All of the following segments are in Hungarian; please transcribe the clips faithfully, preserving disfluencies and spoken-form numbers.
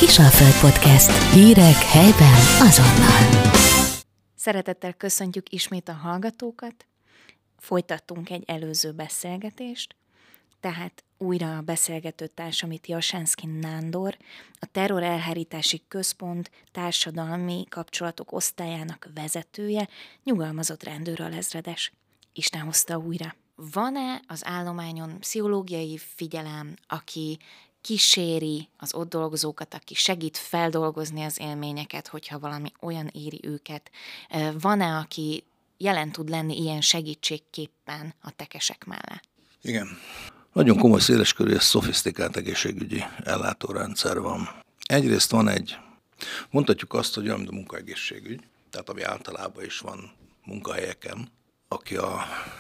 Kisalföld Podcast. Hírek helyben azonnal. Szeretettel köszöntjük ismét a hallgatókat. Folytattunk egy előző beszélgetést, tehát újra a beszélgető társam itt Jasensky Nándor, a Terror Elhárítási Központ társadalmi kapcsolatok osztályának vezetője, nyugalmazott rendőralezredes. Isten hozta újra. Van-e az állományon pszichológiai figyelem, aki kíséri az ott dolgozókat, aki segít feldolgozni az élményeket, hogyha valami olyan éri őket? Van-e, aki jelen tud lenni ilyen segítségképpen a tekesek mellett? Igen. Nagyon komoly, széleskörű és szofisztikált egészségügyi ellátórendszer van. Egyrészt van egy, mondhatjuk azt, hogy olyan, mint a munkaegészségügy, tehát ami általában is van munkahelyeken, aki a,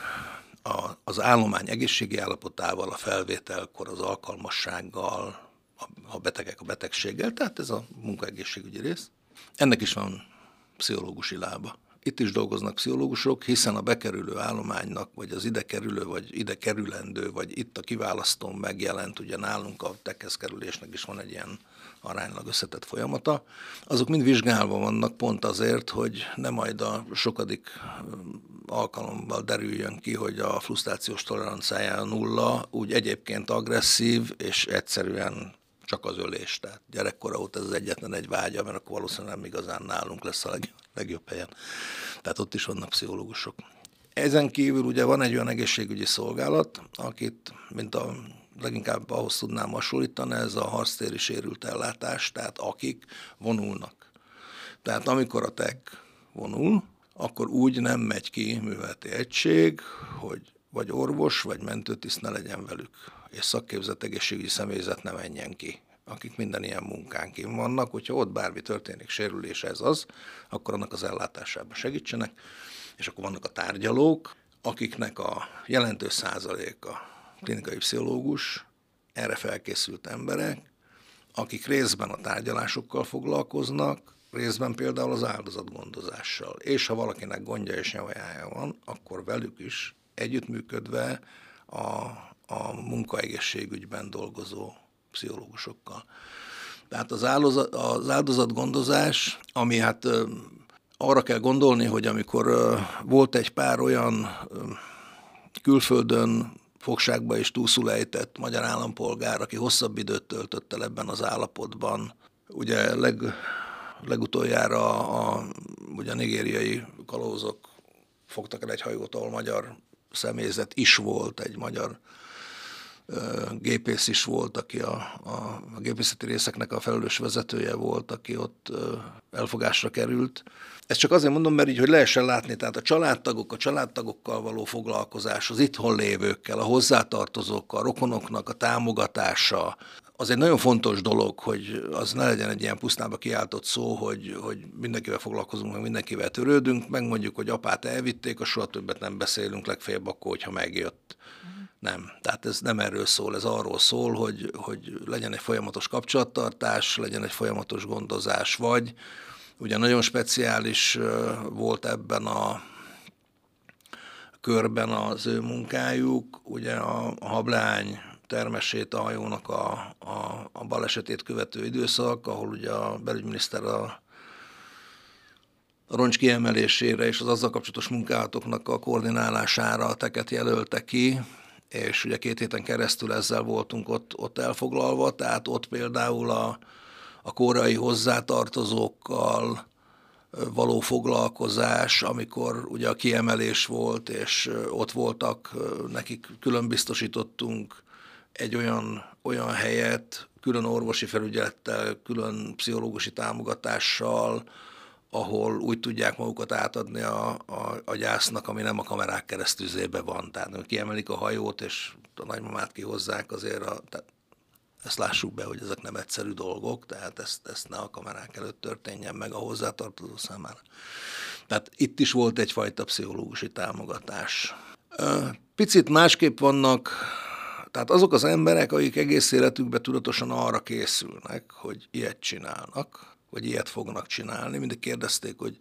a, az állomány egészségi állapotával, a felvételkor, az alkalmassággal, a, a betegek a betegséggel, tehát ez a munkaegészségügyi rész. Ennek is van pszichológusi lába. Itt is dolgoznak pszichológusok, hiszen a bekerülő állománynak, vagy az ide kerülő, vagy ide kerülendő, vagy itt a kiválasztón megjelent, ugye nálunk a tekhez kerülésnek is van egy ilyen aránylag összetett folyamata, azok mind vizsgálva vannak pont azért, hogy ne majd a sokadik alkalommal derüljön ki, hogy a frusztrációs toleranciája nulla, úgy egyébként agresszív, és egyszerűen csak az ölés. Tehát gyerekkora óta ez az egyetlen egy vágya, mert akkor valószínűleg nem igazán nálunk lesz a leg, legjobb helyen. Tehát ott is vannak pszichológusok. Ezen kívül ugye van egy olyan egészségügyi szolgálat, akit, mint a leginkább ahhoz tudnám hasonlítani, ez a harctéri sérült ellátás, tehát akik vonulnak. Tehát amikor a tek vonul, akkor úgy nem megy ki műveleti egység, hogy vagy orvos, vagy mentőtiszt ne legyen velük, és szakképzett egészségügyi személyzet ne menjen ki, akik minden ilyen munkán kívül vannak, hogyha ott bármi történik, sérülés ez az, akkor annak az ellátásában segítsenek, és akkor vannak a tárgyalók, akiknek a jelentős százaléka klinikai pszichológus, erre felkészült emberek, akik részben a tárgyalásokkal foglalkoznak, részben például az áldozatgondozással. És ha valakinek gondja és nyavajája van, akkor velük is együttműködve a, a munkaegészségügyben dolgozó pszichológusokkal. Tehát az, áldozat, az áldozatgondozás, ami hát ö, arra kell gondolni, hogy amikor ö, volt egy pár olyan ö, külföldön fogságba is túlszul ejtett magyar állampolgár, aki hosszabb időt töltött el ebben az állapotban. Ugye leg, legutoljára a, ugye a nigériai kalózok fogtak el egy hajót, ahol magyar személyzet is volt, egy magyar ö, gépész is volt, aki a, a, a gépészeti részeknek a felelős vezetője volt, aki ott ö, elfogásra került. Ezt csak azért mondom, mert így, hogy lehessen látni, tehát a családtagok, a családtagokkal való foglalkozás, az itthon lévőkkel, a hozzátartozókkal, a rokonoknak a támogatása, az egy nagyon fontos dolog, hogy az ne legyen egy ilyen pusztába kiáltott szó, hogy, hogy mindenkivel foglalkozunk, meg mindenkivel törődünk, megmondjuk, hogy apát elvitték, a soha többet nem beszélünk, legfeljebb akkor, hogyha megjött. Uh-huh. Nem. Tehát ez nem erről szól, ez arról szól, hogy, hogy legyen egy folyamatos kapcsolattartás, legyen egy folyamatos gondozás, vagy ugye nagyon speciális volt ebben a körben az ő munkájuk, ugye a, a hableány termesét a hajónak a, a, a balesetét követő időszak, ahol ugye a belügyminiszter a, a roncs kiemelésére és az azzal kapcsolatos munkálatoknak a koordinálására a teket jelölte ki, és ugye két héten keresztül ezzel voltunk ott, ott elfoglalva, tehát ott például a, a koreai hozzátartozókkal való foglalkozás, amikor ugye a kiemelés volt, és ott voltak, nekik külön biztosítottunk egy olyan, olyan helyet, külön orvosi felügyelettel, külön pszichológusi támogatással, ahol úgy tudják magukat átadni a, a, a gyásznak, ami nem a kamerák keresztüzébe van. Tehát kiemelik a hajót, és a nagymamát kihozzák azért, a, tehát ezt lássuk be, hogy ezek nem egyszerű dolgok, tehát ezt, ezt ne a kamerák előtt történjen meg a hozzátartozó számára. Tehát itt is volt egyfajta pszichológusi támogatás. Picit másképp vannak, tehát azok az emberek, akik egész életükben tudatosan arra készülnek, hogy ilyet csinálnak, vagy ilyet fognak csinálni. Mindig kérdezték, hogy,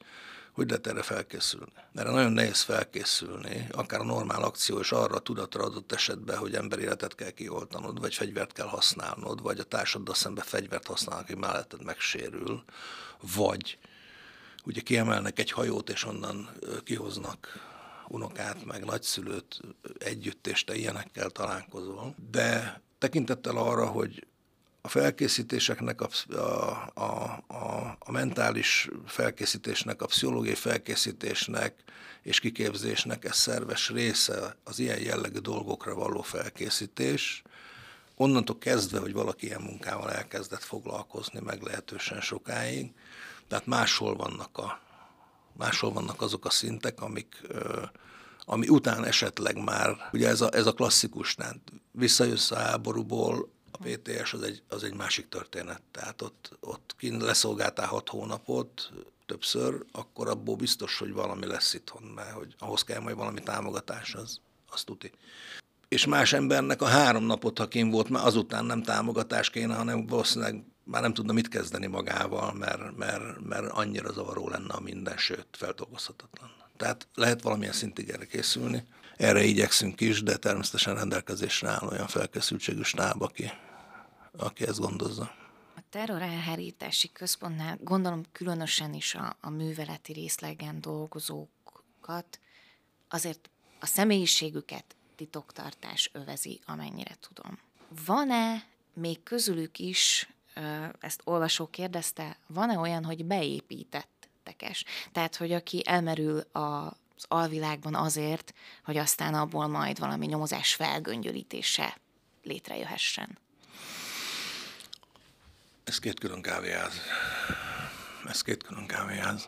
hogy lehet erre felkészülni? Erre nagyon nehéz felkészülni, akár a normál akció is arra a tudatra adott esetben, hogy emberéletet kell kioltanod, vagy fegyvert kell használnod, vagy a társaddal szemben fegyvert használnak, aki melletted megsérül, vagy ugye kiemelnek egy hajót, és onnan kihoznak unokát, meg nagyszülőt együtt, és te ilyenekkel találkozol. De tekintettel arra, hogy a felkészítéseknek, a, a, a, a mentális felkészítésnek, a pszichológiai felkészítésnek és kiképzésnek ez szerves része az ilyen jellegű dolgokra való felkészítés. Onnantól kezdve, hogy valaki ilyen munkával elkezdett foglalkozni meglehetősen sokáig, tehát máshol vannak, a, máshol vannak azok a szintek, amik, ami után esetleg már, ugye ez a, ez a klasszikus, tehát visszajössz a háborúból, a pé té es az egy, az egy másik történet, tehát ott, ott kint leszolgáltál hat hónapot többször, akkor abból biztos, hogy valami lesz itthon, mert hogy ahhoz kell majd valami támogatás, az, az tuti. És más embernek a három napot, ha kint volt, már azután nem támogatás kéne, hanem valószínűleg már nem tudna mit kezdeni magával, mert, mert, mert annyira zavaró lenne a minden, sőt, feldolgozhatatlan. Tehát lehet valamilyen szintig erre készülni. Erre igyekszünk is, de természetesen rendelkezésre áll olyan felkészültségű stáb, aki, aki ezt gondozza. A terrorelhárítási központnál gondolom különösen is a, a műveleti részlegen dolgozókat azért a személyiségüket titoktartás övezi, amennyire tudom. Van-e még közülük is, ezt olvasó kérdezte, van-e olyan, hogy beépítettekes? Tehát, hogy aki elmerül a az alvilágban azért, hogy aztán abból majd valami nyomozás felgöngyölítése létrejöhessen. Ez két külön kávéház. Ez két külön kávéház.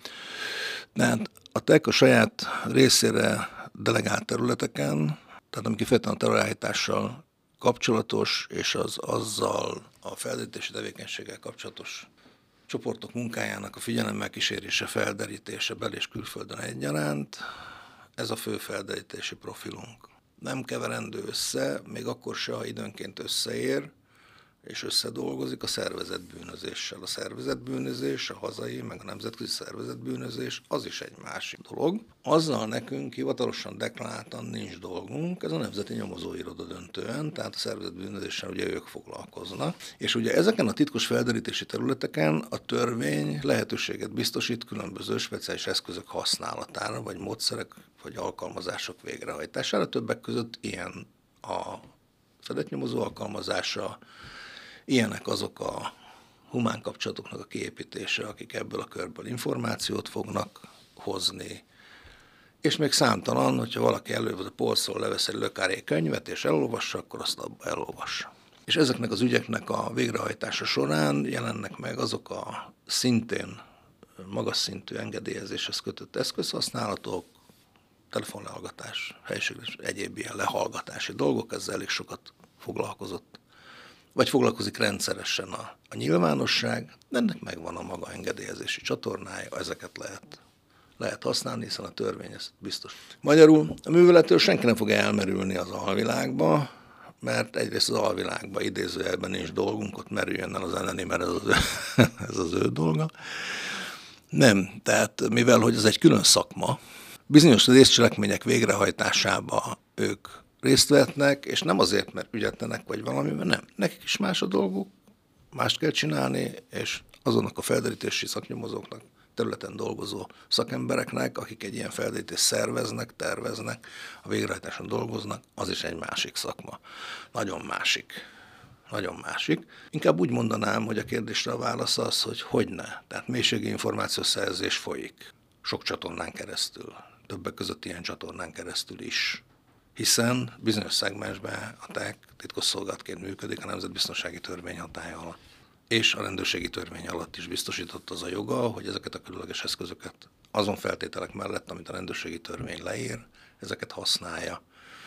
De hát a tek a saját részére delegált területeken, tehát ami kifejezetten a terrorelhárítással kapcsolatos, és az azzal a felderítési tevékenységgel kapcsolatos csoportok munkájának a figyelemmel kísérése, felderítése bel- és külföldön egyaránt, ez a fő felderítési profilunk. Nem keverendő össze, még akkor se, ha időnként összeér, és összedolgozik a szervezetbűnözéssel. A szervezetbűnözés, a hazai, meg a nemzetközi szervezetbűnözés, az is egy másik dolog. Azzal nekünk hivatalosan deklaráltan nincs dolgunk, ez a Nemzeti Nyomozóiroda döntően, tehát a szervezetbűnözéssel ugye ők foglalkoznak. És ugye ezeken a titkos felderítési területeken a törvény lehetőséget biztosít különböző speciális eszközök használatára, vagy módszerek, vagy alkalmazások végrehajtására. Többek között ilyen a fedetnyomozó alkalmazása, ilyenek azok a humán kapcsolatoknak a kiépítése, akik ebből a körből információt fognak hozni. És még számtalan, hogyha valaki előbb a polcról levesz egy lökáré könyvet és elolvassa, akkor azt abba elolvassa. És ezeknek az ügyeknek a végrehajtása során jelennek meg azok a szintén magas szintű engedélyezéshez kötött eszközhasználatok, telefonlehallgatás, helyiségre egyéb ilyen lehallgatási dolgok, ezzel elég sokat foglalkozott. Vagy foglalkozik rendszeresen a, a nyilvánosság, de ennek megvan a maga engedélyezési csatornája, ezeket lehet, lehet használni, hiszen a törvény ezt biztos. Magyarul a művelettől senki nem fog elmerülni az alvilágba, mert egyrészt az alvilágban idézőjelben nincs dolgunk, ott merüljön el az elleni, mert ez az, ő, ez az ő dolga. Nem, tehát mivel hogy ez egy külön szakma, bizonyos részcselekmények végrehajtásába ők részt vehetnek, és nem azért, mert ügyetlenek vagy valami, mert nem. Nekik is más a dolguk, mást kell csinálni, és azonnak a felderítési szaknyomozóknak, területen dolgozó szakembereknek, akik egy ilyen felderítést szerveznek, terveznek, a végrehajtáson dolgoznak, az is egy másik szakma. Nagyon másik. Nagyon másik. Inkább úgy mondanám, hogy a kérdésre a válasz az, hogy hogyne. Tehát mélységi információszerzés folyik. Sok csatornán keresztül. Többek között ilyen csatornán keresztül is. Hiszen bizonyos szegmensben a tek titkosszolgálatként működik a Nemzetbiztonsági Törvény hatálya alatt. És a rendőrségi törvény alatt is biztosított az a joga, hogy ezeket a különleges eszközöket azon feltételek mellett, amit a rendőrségi törvény leír, ezeket használja.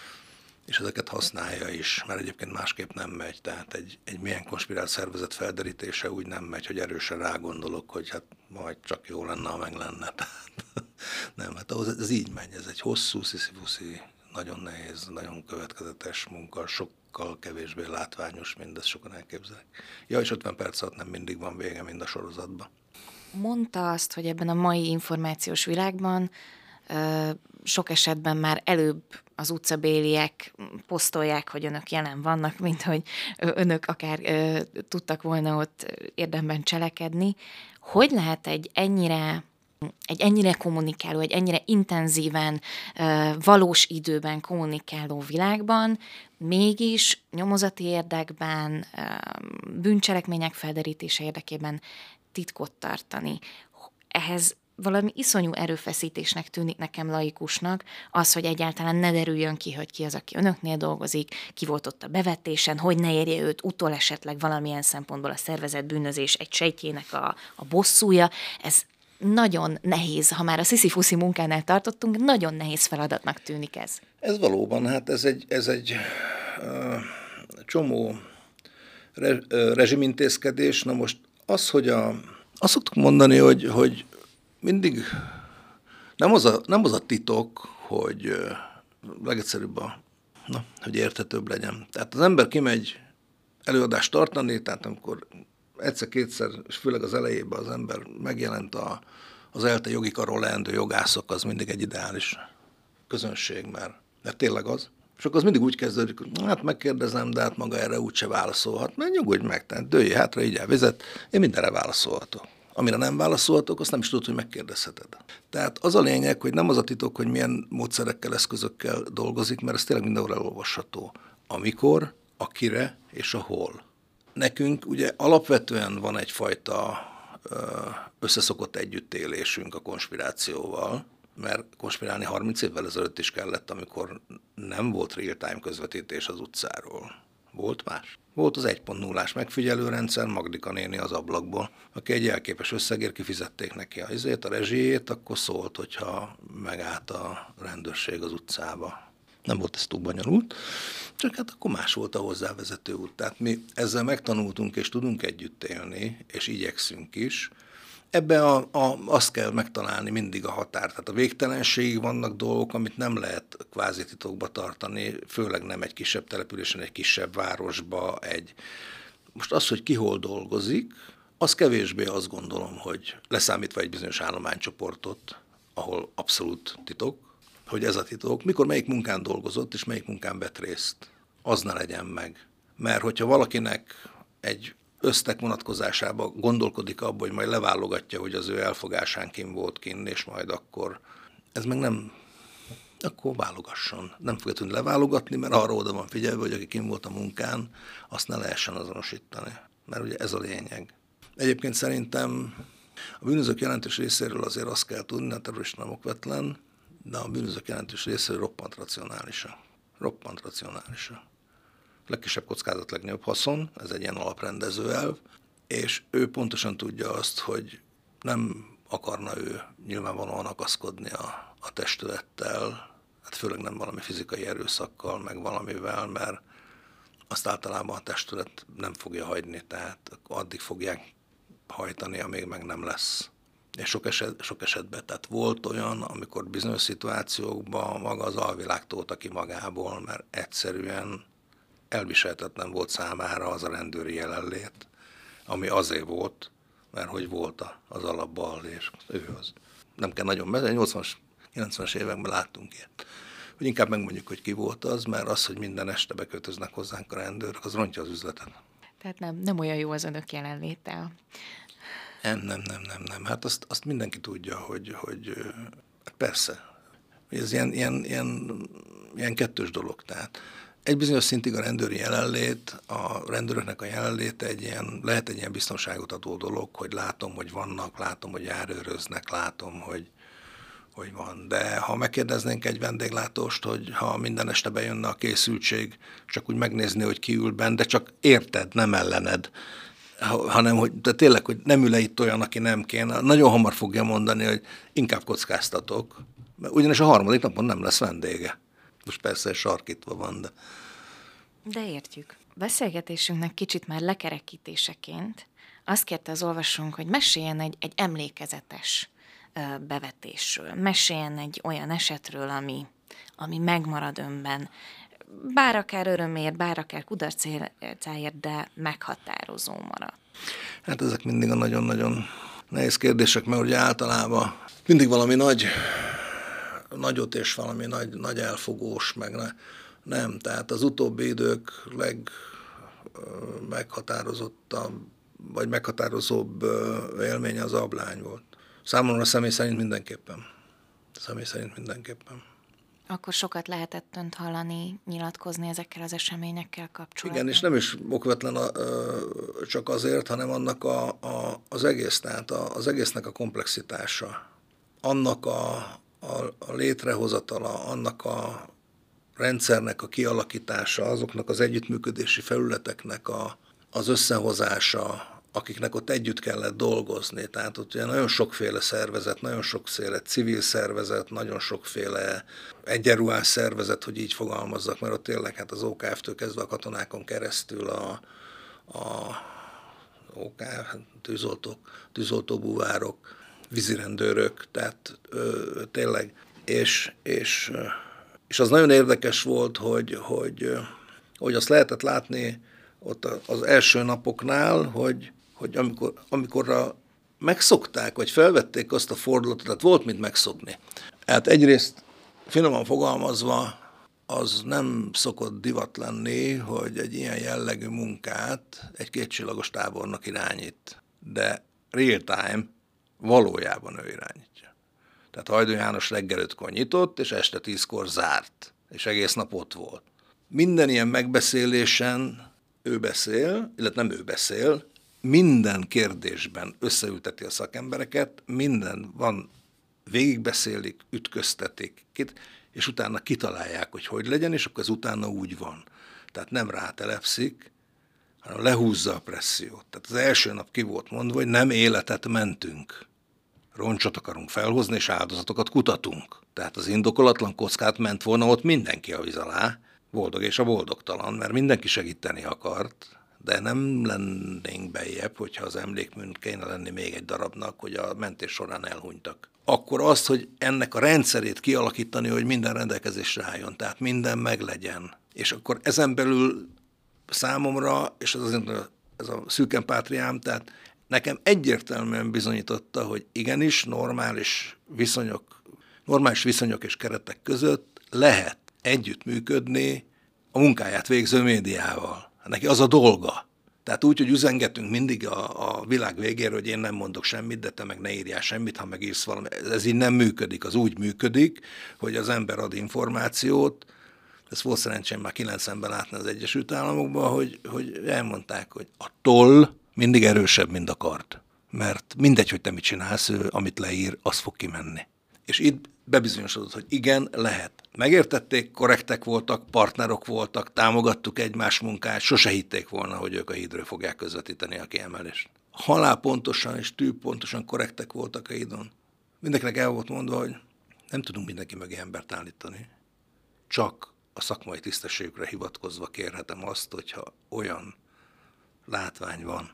És ezeket használja is, mert egyébként másképp nem megy. Tehát egy, egy milyen konspirált szervezet felderítése úgy nem megy, hogy erősen rágondolok, hogy hát majd csak jó lenne, ha meg lenne. Tehát, nem, hát ahhoz ez így megy. Ez egy hosszú, sziszifuszi, nagyon nehéz, nagyon következetes munka, sokkal kevésbé látványos, mint ezt sokan elképzelik. Ja, és ötven perc alatt nem mindig van vége, mind a sorozatban. Mondta azt, hogy ebben a mai információs világban ö, sok esetben már előbb az utcabéliek posztolják, hogy önök jelen vannak, mint hogy önök akár ö, tudtak volna ott érdemben cselekedni. Hogy lehet egy ennyire, egy ennyire kommunikáló, egy ennyire intenzíven, ö, valós időben kommunikáló világban mégis nyomozati érdekben, ö, bűncselekmények felderítése érdekében titkot tartani? Ehhez valami iszonyú erőfeszítésnek tűnik nekem laikusnak az, hogy egyáltalán ne derüljön ki, hogy ki az, aki önöknél dolgozik, ki volt ott a bevetésen, hogy ne érje őt utol esetleg valamilyen szempontból a szervezett bűnözés egy sejtjének a, a bosszúja. Ez nagyon nehéz, ha már a sziszifuszi munkánál tartottunk, nagyon nehéz feladatnak tűnik ez. Ez valóban, hát ez egy, ez egy uh, csomó re, uh, rezsimintézkedés. Na most az, hogy a, azt szoktuk mondani, hogy, hogy mindig nem az a, nem az a titok, hogy uh, legegyszerűbb a, na, hogy érthetőbb legyen. Tehát az ember kimegy előadást tartani, tehát amikor egyszer-kétszer, és főleg az elejében az ember megjelent a, az ELTE jogi karon leendő jogászok, az mindig egy ideális közönség, mert, mert tényleg az. És akkor az mindig úgy kezdődik, hogy hát megkérdezem, de hát maga erre úgyse válaszolhat. Mert nyugodj meg, tehát dőljél hátra, így elvezet, én mindenre válaszolhatok. Amire nem válaszolhatok, azt nem is tudod, hogy megkérdezheted. Tehát az a lényeg, hogy nem az a titok, hogy milyen módszerekkel, eszközökkel dolgozik, mert ez tényleg mindenhol elolvasható. Amikor, akire és a hol. Nekünk ugye alapvetően van egyfajta összeszokott együttélésünk a konspirációval, mert konspirálni harminc évvel ezelőtt is kellett, amikor nem volt real-time közvetítés az utcáról. Volt más. Volt az egy pont nullás megfigyelőrendszer, Magdika néni az ablakból, aki egy elképes összegért kifizették neki a izét, a rezsijét, akkor szólt, hogyha megállt a rendőrség az utcába. Nem volt ez túl bonyolult, csak hát akkor más volt a hozzávezető út. Tehát mi ezzel megtanultunk, és tudunk együtt élni, és igyekszünk is. Ebben a, a, azt kell megtalálni mindig a határt. Tehát a végtelenségig vannak dolgok, amit nem lehet kvázi titokba tartani, főleg nem egy kisebb településen, egy kisebb városba. Egy... Most az, hogy ki hol dolgozik, az kevésbé azt gondolom, hogy leszámítva egy bizonyos állománycsoportot, ahol abszolút titok, hogy ez a titok, mikor melyik munkán dolgozott, és melyik munkán vett részt, az ne legyen meg. Mert hogyha valakinek egy ösztek vonatkozásában gondolkodik abba, hogy majd leválogatja, hogy az ő elfogásán kim volt kinn, és majd akkor, ez meg nem, akkor válogasson. Nem fogja tudni leválogatni, mert arra oda van figyelve, hogy aki kim volt a munkán, azt ne lehessen azonosítani. Mert ugye ez a lényeg. Egyébként szerintem a bűnözők jelentős részéről azért azt kell tudni, a terrorista nem okvetlen, de a bűnözők jelentős részéről roppant racionálisan. Roppant racionálisan. Legkisebb kockázat, legnagyobb haszon, ez egy ilyen alaprendező elv, és ő pontosan tudja azt, hogy nem akarna ő nyilvánvalóan akaszkodni a, a testülettel, hát főleg nem valami fizikai erőszakkal, meg valamivel, mert azt általában a testület nem fogja hagyni, tehát addig fogják hajtani, amíg meg nem lesz. És sok, eset, sok esetben, tehát volt olyan, amikor bizonyos szituációkban maga az alvilág tolta ki magából, mert egyszerűen elviselhetetlen volt számára az a rendőri jelenlét, ami azért volt, mert hogy volt az alapbal, és ő az. Nem kell nagyon mesélni, nyolcvanas, kilencvenes években láttunk ilyet. Hogy inkább megmondjuk, hogy ki volt az, mert az, hogy minden este beköltöznek hozzánk a rendőrök, az rontja az üzletet. Tehát nem, nem olyan jó az önök jelenléte. Nem, nem, nem, nem, nem. Hát azt, azt mindenki tudja, hogy, hogy persze, hogy ez ilyen, ilyen, ilyen, ilyen kettős dolog. Tehát egy bizonyos szintig a rendőri jelenlét, a rendőröknek a jelenléte egy ilyen, lehet egy ilyen biztonságot adó dolog, hogy látom, hogy vannak, látom, hogy járőröznek, látom, hogy, hogy van. De ha megkérdeznénk egy vendéglátóst, hogy ha minden este bejönne a készültség, csak úgy megnézni, hogy ki ül benn, de csak érted, nem ellened, hanem hogy de tényleg, hogy nem ül itt olyan, aki nem kéne, nagyon hamar fogja mondani, hogy inkább kockáztatok, ugyanis a harmadik napon nem lesz vendége. Most persze sarkítva van, de... De értjük. Beszélgetésünknek kicsit már lekerekítéseként azt kérte az olvasónk, hogy meséljen egy, egy emlékezetes bevetésről, meséljen egy olyan esetről, ami, ami megmarad önben, bár akár örömért, bár akár kudarcáért, de meghatározó marad. Hát ezek mindig a nagyon-nagyon nehéz kérdések, mert ugye általában mindig valami nagy, nagyot és valami nagy, nagy elfogós, meg ne, nem. Tehát az utóbbi idők legmeghatározottabb, vagy meghatározóbb élmény az Ablány volt. Számomra személy szerint mindenképpen. Személy szerint mindenképpen. Akkor sokat lehetett önt hallani, nyilatkozni ezekkel az eseményekkel kapcsolatban. Igen, és nem is okvetlen a, csak azért, hanem annak a, a, az egész, tehát a, az egésznek a komplexitása, annak a, a, a létrehozatala, annak a rendszernek a kialakítása, azoknak az együttműködési felületeknek a, az összehozása, akiknek ott együtt kellett dolgozni. Tehát ott ugye nagyon sokféle szervezet, nagyon sokféle civil szervezet, nagyon sokféle egyenruhás szervezet, hogy így fogalmazzak, mert ott tényleg hát az o ká ef-től kezdve a katonákon keresztül a, a o ká ef, tűzoltók, tűzoltóbúvárok, vízirendőrök, tehát ö, tényleg. És, és, és az nagyon érdekes volt, hogy, hogy, hogy azt lehetett látni ott az első napoknál, hogy, hogy amikor, amikor megszokták, vagy felvették azt a fordulatot, tehát volt mit megszokni. Hát egyrészt finoman fogalmazva az nem szokott divat lenni, hogy egy ilyen jellegű munkát egy kétcsillagos tábornok irányít, de real time valójában ő irányítja. Tehát Hajdú János reggel ötkor nyitott, és este tízkor zárt, és egész nap ott volt. Minden ilyen megbeszélésen ő beszél, illetve nem ő beszél, minden kérdésben összeülteti a szakembereket, minden van, végigbeszélik, ütköztetik, és utána kitalálják, hogy hogy legyen, és akkor ez utána úgy van. Tehát nem rátelepszik, hanem lehúzza a pressziót. Tehát az első nap ki volt mondva, hogy nem életet mentünk. Roncsot akarunk felhozni, és áldozatokat kutatunk. Tehát az indokolatlan kockát ment volna ott mindenki a víz alá, boldog és a boldogtalan, mert mindenki segíteni akart, de nem lennénk bejjebb, hogyha az emlékműn kéne lenni még egy darabnak, hogy a mentés során elhunytak. Akkor azt, hogy ennek a rendszerét kialakítani, hogy minden rendelkezésre álljon, tehát minden meglegyen. És akkor ezen belül számomra, és ez, az, ez a szűkempátriám, tehát nekem egyértelműen bizonyította, hogy igenis normális viszonyok, normális viszonyok és keretek között lehet együttműködni a munkáját végző médiával. Neki az a dolga. Tehát úgy, hogy üzengetünk mindig a, a világ végéről, hogy én nem mondok semmit, de te meg ne írjál semmit, ha megírsz valami. Ez így nem működik. Az úgy működik, hogy az ember ad információt. Ez volt szerencsém már kilencvenben látni az Egyesült Államokban, hogy, hogy elmondták, hogy a toll mindig erősebb, mint a kard. Mert mindegy, hogy te mit csinálsz, ő, amit leír, az fog kimenni. És itt bebizonyosodott, hogy igen, lehet. Megértették, korrektek voltak, partnerok voltak, támogattuk egymás munkát, sose hitték volna, hogy ők a hídről fogják közvetíteni a kiemelést. Halálpontosan és tűpontosan korrektek voltak a hídon. Mindenkinek el volt mondva, hogy nem tudunk mindenki mögé embert állítani. Csak a szakmai tisztességükre hivatkozva kérhetem azt, hogyha olyan látvány van,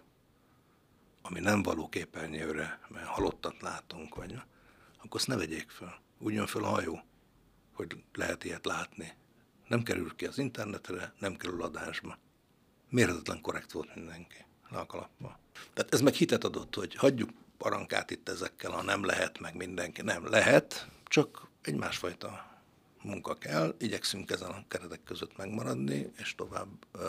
ami nem való képernyőre, mert halottat látunk, vagy akkor azt ne vegyék fel. Úgy jön föl a hajó, hogy lehet ilyet látni. Nem kerül ki az internetre, nem kerül adásba. Mérhetetlen korrekt volt mindenki le a kalapba. Tehát ez meg hitet adott, hogy hagyjuk parankát itt ezekkel, ha nem lehet meg mindenki. Nem lehet, csak egy másfajta munka kell. Igyekszünk ezen a keretek között megmaradni, és tovább ö,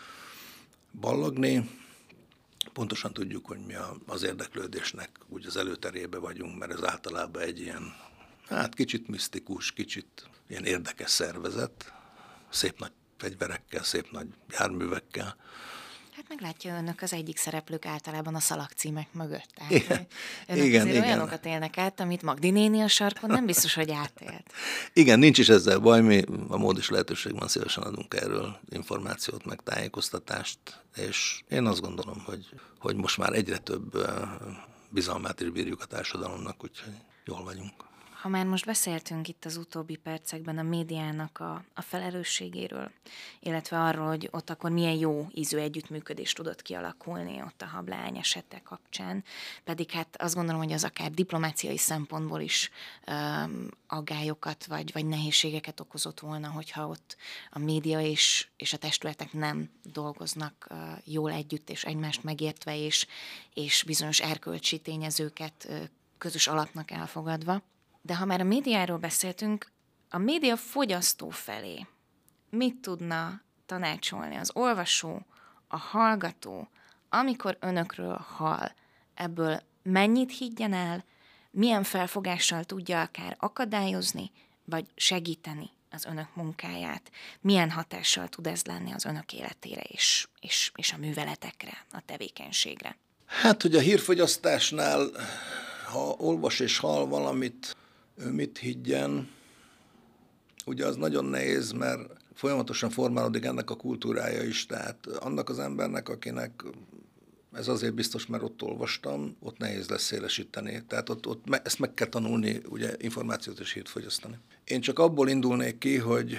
ballagni. Pontosan tudjuk, hogy mi az érdeklődésnek úgy az előterébe vagyunk, mert ez általában egy ilyen, hát kicsit misztikus, kicsit ilyen érdekes szervezet, szép nagy fegyverekkel, szép nagy járművekkel. Hát meglátja, önök az egyik szereplők általában a szalagcímek mögött. Tehát, igen, önök igen, azért igen. Olyanokat élnek át, amit Magdi néni a sarkon nem biztos, hogy átélt. Igen, nincs is ezzel baj, mi a mód és lehetőségben szívesen adunk erről információt, meg tájékoztatást, és én azt gondolom, hogy, hogy most már egyre több bizalmát is bírjuk a társadalomnak, úgyhogy jól vagyunk. Ha már most beszéltünk itt az utóbbi percekben a médiának a, a felelősségéről, illetve arról, hogy ott akkor milyen jó ízű együttműködés tudott kialakulni ott a hableány esete kapcsán, pedig hát azt gondolom, hogy az akár diplomáciai szempontból is um, aggályokat vagy, vagy nehézségeket okozott volna, hogyha ott a média és, és a testületek nem dolgoznak uh, jól együtt, és egymást megértve, és, és bizonyos erkölcsi tényezőket uh, közös alapnak elfogadva. De ha már a médiáról beszéltünk, a média fogyasztó felé mit tudna tanácsolni az olvasó, a hallgató, amikor önökről hall, ebből mennyit higgyen el, milyen felfogással tudja akár akadályozni, vagy segíteni az önök munkáját, milyen hatással tud ez lenni az önök életére és, és, és a műveletekre, a tevékenységre? Hát, hogy a hírfogyasztásnál, ha olvas és hall valamit, ő mit higgyen, ugye az nagyon nehéz, mert folyamatosan formálódik ennek a kultúrája is, tehát annak az embernek, akinek ez azért biztos, mert ott olvastam, ott nehéz lesz szélesíteni. Tehát ott, ott me, ezt meg kell tanulni, ugye információt és hírt fogyasztani. Én csak abból indulnék ki, hogy,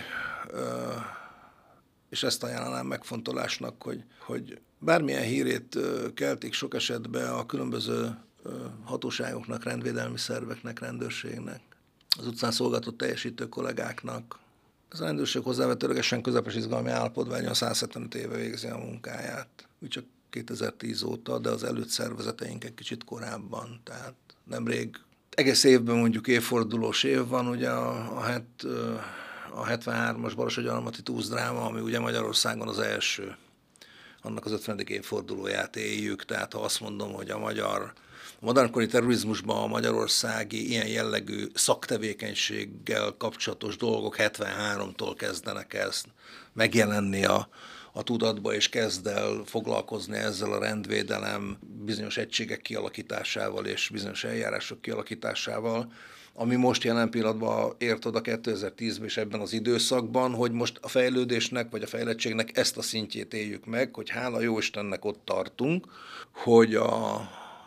és ezt ajánlanám megfontolásnak, hogy, hogy bármilyen hírét keltik sok esetben a különböző hatóságoknak, rendvédelmi szerveknek, rendőrségnek, az utcán szolgáltott teljesítő kollégáknak. Ez a rendőrség hozzávetőlegesen közepes izgalmi állapotban, a száz hetvenöt éve végzi a munkáját. Úgy csak kétezer-tíz óta, de az előtt szervezeteink egy kicsit korábban, tehát nemrég egész évben mondjuk évfordulós év van, ugye a, a, het, a hetvenhármas Barossa-Gyarmati túszdráma, ami ugye Magyarországon az első, annak az ötvenedik évfordulóját éljük, tehát ha azt mondom, hogy a magyar A modernkori terrorizmusban a magyarországi ilyen jellegű szaktevékenységgel kapcsolatos dolgok hetvenháromtól kezdenek ezt megjelenni a, a tudatba, és kezd el foglalkozni ezzel a rendvédelem bizonyos egységek kialakításával és bizonyos eljárások kialakításával, ami most jelen pillanatban ért oda kétezer-tízben és ebben az időszakban, hogy most a fejlődésnek vagy a fejlettségnek ezt a szintjét éljük meg, hogy hála jó Istennek ott tartunk, hogy a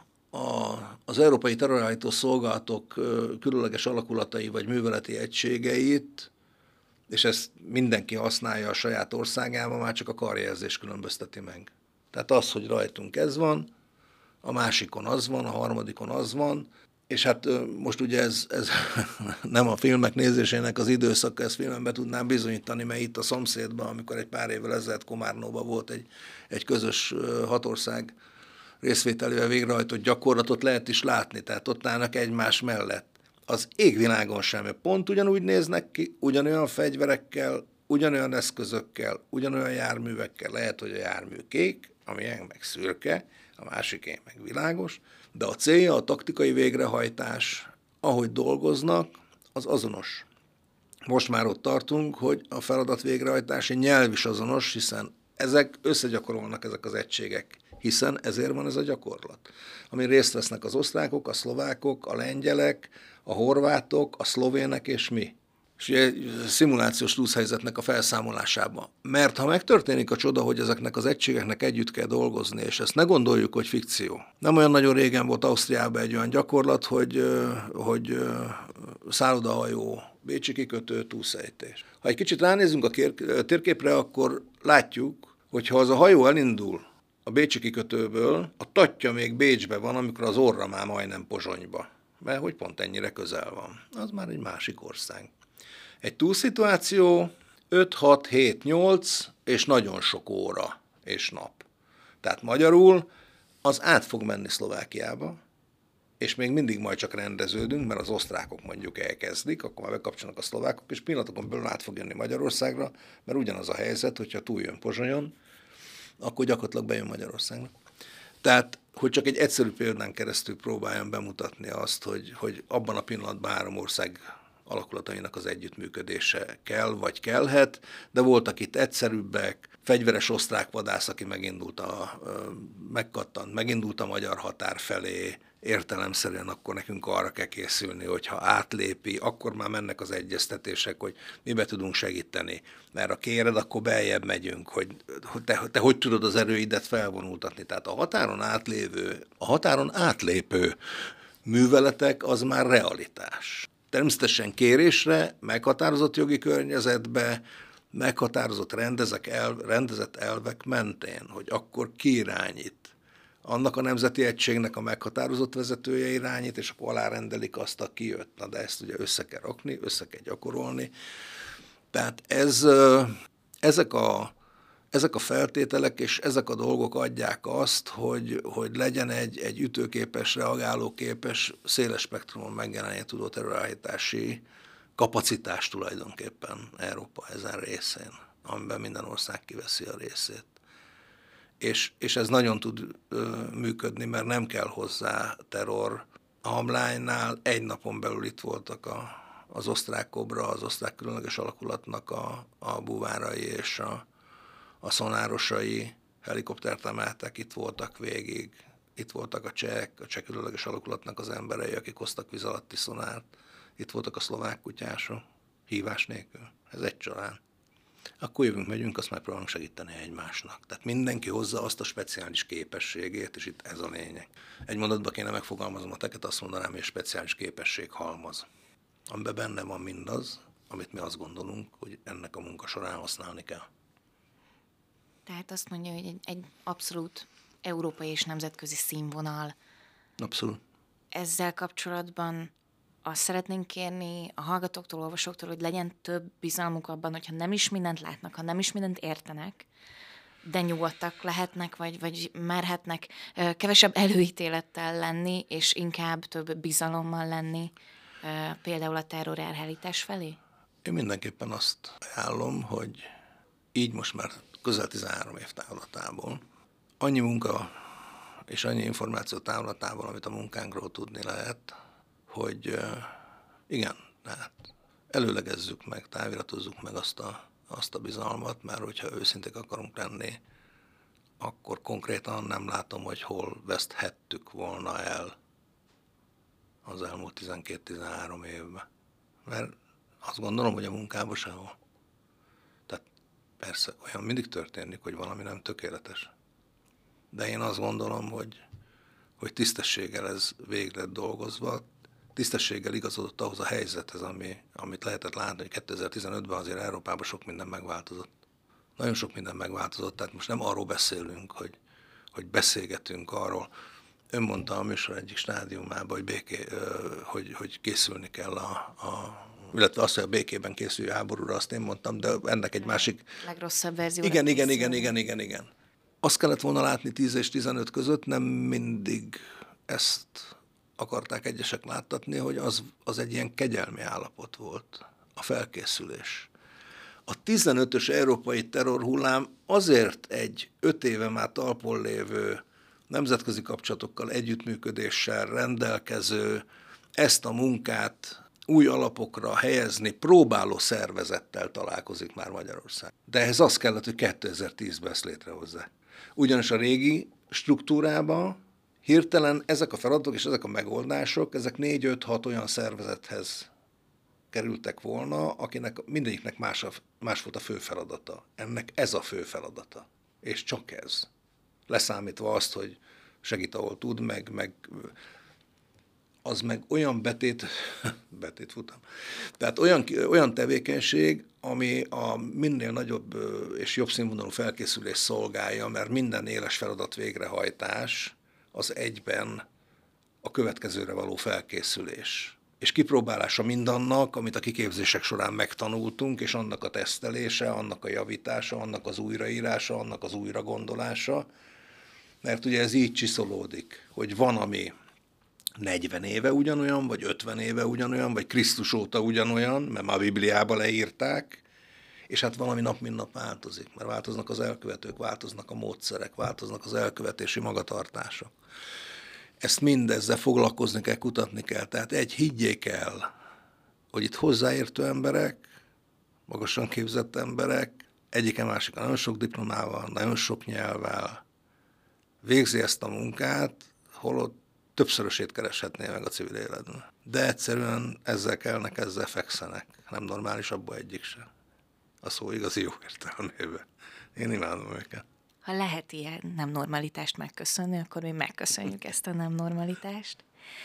A, az Európai Terrorhárító Szolgálatok különleges alakulatai vagy műveleti egységeit, és ezt mindenki használja a saját országában, már csak a karjelzés különbözteti meg. Tehát az, hogy rajtunk ez van, a másikon az van, a harmadikon az van, és hát most ugye ez, ez nem a filmek nézésének az időszaka, ezt filmen be tudnám bizonyítani, mert itt a szomszédban, amikor egy pár évvel ezelőtt Komárnóban volt egy, egy közös hatország részvételével végrehajtott gyakorlatot lehet is látni, tehát ott állnak egymás mellett. Az égvilágon sem, mert pont ugyanúgy néznek ki, ugyanolyan fegyverekkel, ugyanolyan eszközökkel, ugyanolyan járművekkel, lehet, hogy a jármű kék, amilyen meg szürke, a másiké meg világos, de a célja, a taktikai végrehajtás, ahogy dolgoznak, az azonos. Most már ott tartunk, hogy a feladat végrehajtási nyelv is azonos, hiszen ezek összegyakorolnak ezek az egységek, hiszen ezért van ez a gyakorlat, amin részt vesznek az osztrákok, a szlovákok, a lengyelek, a horvátok, a szlovének és mi. És ugye szimulációs túlszhelyzetnek a felszámolásában. Mert ha megtörténik a csoda, hogy ezeknek az egységeknek együtt kell dolgozni, és ezt ne gondoljuk, hogy fikció. Nem olyan nagyon régen volt Ausztriában egy olyan gyakorlat, hogy, hogy szállodahajó, bécsi kikötő, túlszejtés. Ha egy kicsit ránézünk a térképre, akkor látjuk, hogy ha az a hajó elindul a bécsi kikötőből, a tatya még Bécsbe van, amikor az orra már majdnem Pozsonyba. Mert hogy pont ennyire közel van. Az már egy másik ország. Egy túlszituáció öt, hat, hét, nyolc és nagyon sok óra és nap. Tehát magyarul az át fog menni Szlovákiába, és még mindig majd csak rendeződünk, mert az osztrákok mondjuk elkezdik, akkor már bekapcsolnak a szlovákok, és pillanatokon belül át fog jönni Magyarországra, mert ugyanaz a helyzet, hogyha túljön Pozsonyon, akkor gyakorlatilag bejön Magyarországnak. Tehát, hogy csak egy egyszerű példán keresztül próbáljam bemutatni azt, hogy, hogy abban a pillanatban három ország alakulatainak az együttműködése kell, vagy kellhet, de voltak itt egyszerűbbek, fegyveres osztrák vadász, aki megindult a, megkattant, megindult a magyar határ felé, értelemszerűen akkor nekünk arra kell készülni, hogyha átlépi, akkor már mennek az egyeztetések, hogy mibe tudunk segíteni. Mert ha kéred, akkor beljebb megyünk, hogy te, te hogy tudod az erőidet felvonultatni. Tehát a határon átlévő, a határon átlépő műveletek az már realitás. Természetesen kérésre, meghatározott jogi környezetbe, meghatározott rendezek el, rendezett elvek mentén, hogy akkor ki irányít. Annak a nemzeti egységnek a meghatározott vezetője irányít, és akkor alárendelik azt, aki jött. Na, de ezt ugye össze kell rakni, össze kell gyakorolni. Tehát ez, ezek, a, ezek a feltételek és ezek a dolgok adják azt, hogy, hogy legyen egy, egy ütőképes, reagálóképes, széles spektrumon megjelenni tudó terrorállítási kapacitás tulajdonképpen Európa ezen részén, amiben minden ország kiveszi a részét. És, és ez nagyon tud ö, működni, mert nem kell hozzá terror. A Hamlánynál egy napon belül itt voltak a, az osztrák kobra, az osztrák különleges alakulatnak a, a búvárai és a, a szonárosai, helikoptert emeltek, itt voltak végig, itt voltak a csehek, a cseh különleges alakulatnak az emberei, akik hoztak víz alatti szonárt, itt voltak a szlovák kutyások, hívás nélkül. Ez egy család. Akkor jövünk, megyünk, azt megpróbálunk segíteni egymásnak. Tehát mindenki hozza azt a speciális képességét, és itt ez a lényeg. Egy mondatban kéne megfogalmazom a teket, azt mondanám, hogy egy speciális képesség halmaz, amiben benne van mindaz, amit mi azt gondolunk, hogy ennek a munka során használni kell. Tehát azt mondja, hogy egy, egy abszolút európai és nemzetközi színvonal. Abszolút. Ezzel kapcsolatban azt szeretnénk kérni a hallgatóktól, olvasóktól, hogy legyen több bizalmuk abban, hogyha nem is mindent látnak, ha nem is mindent értenek, de nyugodtak lehetnek, vagy, vagy merhetnek kevesebb előítélettel lenni, és inkább több bizalommal lenni, például a terror elhárítás felé? Én mindenképpen azt ajánlom, hogy így most már közel tizenhárom év távlatából annyi munka és annyi információ távlatából, amit a munkánkról tudni lehet, hogy igen, hát előlegezzük meg, táviratozzuk meg azt a, azt a bizalmat, mert hogyha őszinték akarunk lenni, akkor konkrétan nem látom, hogy hol veszthettük volna el az elmúlt tizenkét-tizenhárom évben. Mert azt gondolom, hogy a munkában sehol. Tehát persze olyan mindig történik, hogy valami nem tökéletes. De én azt gondolom, hogy, hogy tisztességgel ez végre lett dolgozva, tisztességgel igazodott ahhoz a helyzethez, ami, amit lehetett látni, hogy kétezer-tizenötben azért Európában sok minden megváltozott. Nagyon sok minden megváltozott, tehát most nem arról beszélünk, hogy, hogy beszélgetünk arról. Ön mondta a műsor egyik stádiumában, hogy, béké, hogy, hogy készülni kell a, a illetve azt, hogy a békében készülj háborúra, azt én mondtam, de ennek egy másik... Legrosszabb verzió. Igen, igen, igen, igen, igen, igen. Azt kellett volna látni tíz és tizenöt között, nem mindig ezt akarták egyesek láttatni, hogy az, az egy ilyen kegyelmi állapot volt, a felkészülés. A tizenötös európai terrorhullám azért egy öt éve már talpon lévő, nemzetközi kapcsolatokkal, együttműködéssel rendelkező, ezt a munkát új alapokra helyezni próbáló szervezettel találkozik már Magyarország. De ehhez az kellett, hogy kétezer-tízben ezt létrehozzák. Ugyanis a régi struktúrában hirtelen ezek a feladatok és ezek a megoldások, ezek négy-öt-hat olyan szervezethez kerültek volna, akinek mindegyiknek más, a, más volt a fő feladata. Ennek ez a fő feladata. És csak ez. Leszámítva azt, hogy segít, ahol tud, meg, meg az meg olyan betét, betét futam, tehát olyan, olyan tevékenység, ami a minél nagyobb és jobb színvonalú felkészülés szolgálja, mert minden éles feladat végrehajtás az egyben a következőre való felkészülés. És kipróbálása mindannak, amit a kiképzések során megtanultunk, és annak a tesztelése, annak a javítása, annak az újraírása, annak az újragondolása. Mert ugye ez így csiszolódik, hogy van, ami negyven éve ugyanolyan, vagy ötven éve ugyanolyan, vagy Krisztus óta ugyanolyan, mert már a Bibliában leírták, és hát valami nap mint nap változik, mert változnak az elkövetők, változnak a módszerek, változnak az elkövetési magatartások. Ezt mindezzel foglalkozni kell, kutatni kell. Tehát egy, higgyék el, hogy itt hozzáértő emberek, magasan képzett emberek, egyike másika nagyon sok diplomával, nagyon sok nyelvvel végzi ezt a munkát, holott többszörösét kereshetné meg a civil életben. De egyszerűen ezzel kelnek, ezzel fekszenek. Nem normális abban egyik sem. A szó igazi jó értelmében. Én imádom őket. Ha lehet ilyen nem normalitást megköszönni, akkor mi megköszönjük ezt a nem normalitást.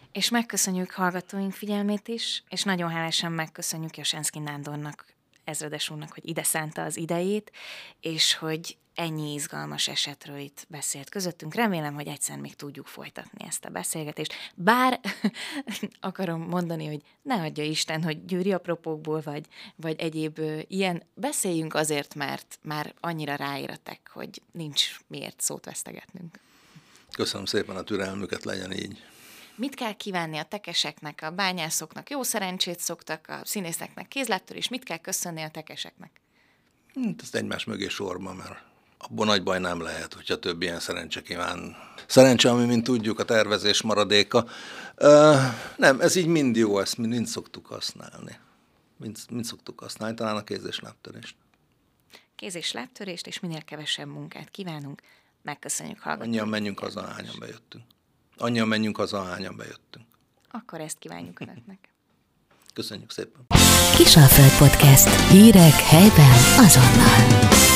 És megköszönjük hallgatóink figyelmét is, és nagyon hálásan megköszönjük Jasenszky Nándornak, ezredes úrnak, hogy ide szánta az idejét, és hogy ennyi izgalmas esetről itt beszélt közöttünk. Remélem, hogy egyszer még tudjuk folytatni ezt a beszélgetést. Bár akarom mondani, hogy ne adja Isten, hogy gyűri apropókból, vagy, vagy egyéb ö, ilyen, beszéljünk azért, mert már annyira ráéretek, hogy nincs miért szót vesztegetnünk. Köszönöm szépen a türelmüket, legyen így. Mit kell kívánni a tekeseknek, a bányászoknak? Jó szerencsét szoktak, a színészeknek kézlábtól, és mit kell köszönni a tekeseknek? Hát ezt egymás mögé sorba, mert abból nagy baj nem lehet, hogyha több ilyen szerencse kíván. Szerencse, ami, mint tudjuk, a tervezés maradéka. Ö, nem, ez így mind jó, ezt mind, mind szoktuk használni. Mind, mind szoktuk használni, talán a kéz- és lábtörést. Kéz- és lábtörést, és minél kevesebb munkát kívánunk. Megköszönjük hallgatóink. Annyian menjünk haza, hányan bejöttünk. Annyian menjünk haza, hányan bejöttünk. Akkor ezt kívánjuk önöknek. Köszönjük szépen. Kisalföld Podcast. Hírek helyben azonnal.